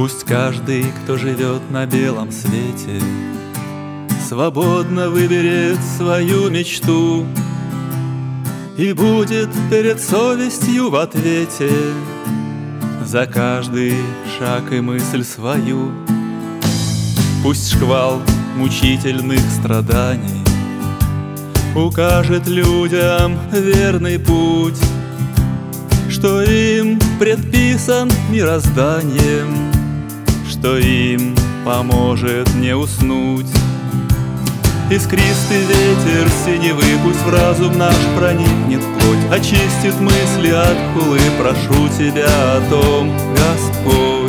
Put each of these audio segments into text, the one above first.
Пусть каждый, кто живет на белом свете, свободно выберет свою мечту и будет перед совестью в ответе за каждый шаг и мысль свою. Пусть шквал мучительных страданий укажет людям верный путь, что им предписан мирозданием, что им поможет не уснуть. Искристый ветер синевы пусть в разум наш проникнет вплоть, очистит мысли от хулы, прошу Тебя о том, Господь.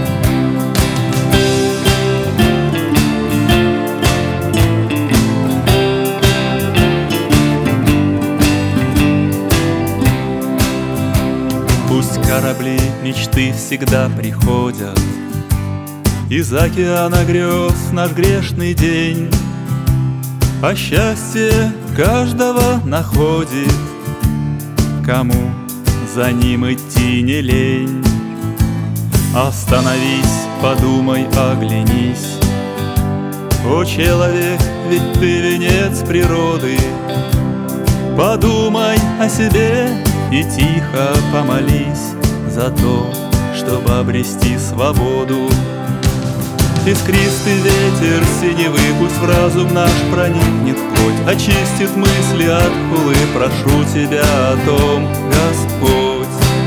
Пусть корабли мечты всегда приходят из океана грез наш грешный день, а счастье каждого находит, кому за ним идти не лень. Остановись, подумай, оглянись, о человек, ведь ты венец природы. Подумай о себе и тихо помолись за то, чтобы обрести свободу. Искристый ветер синевы пусть в разум наш проникнет вплоть, очистит мысли от хулы, прошу Тебя о том, Господь.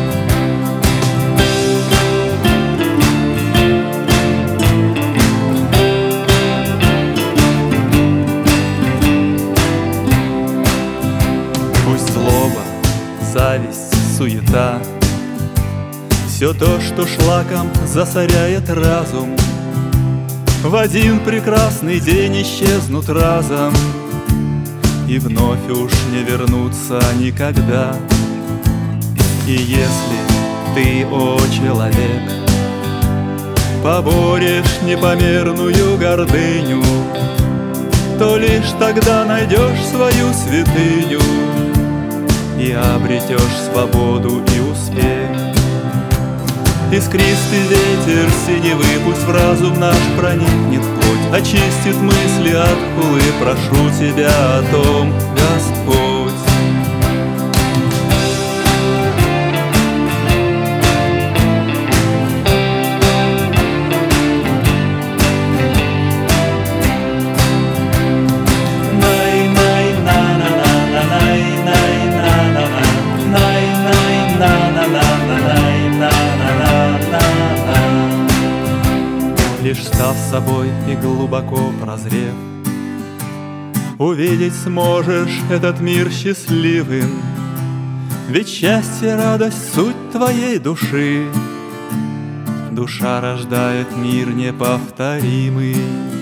Пусть злоба, зависть, суета, все то, что шлаком засоряет разум, в один прекрасный день исчезнут разом и вновь уж не вернутся никогда. И если ты, о человек, поборешь непомерную гордыню, то лишь тогда найдешь свою святыню и обретешь свободу и успех. Искристый ветер синевы пусть в разум наш проникнет вплоть, очистит мысли от хулы, прошу Тебя о том, Господь. Лишь став собой и глубоко прозрев, увидеть сможешь этот мир счастливым, ведь счастье, радость, суть твоей души. Душа рождает мир неповторимый.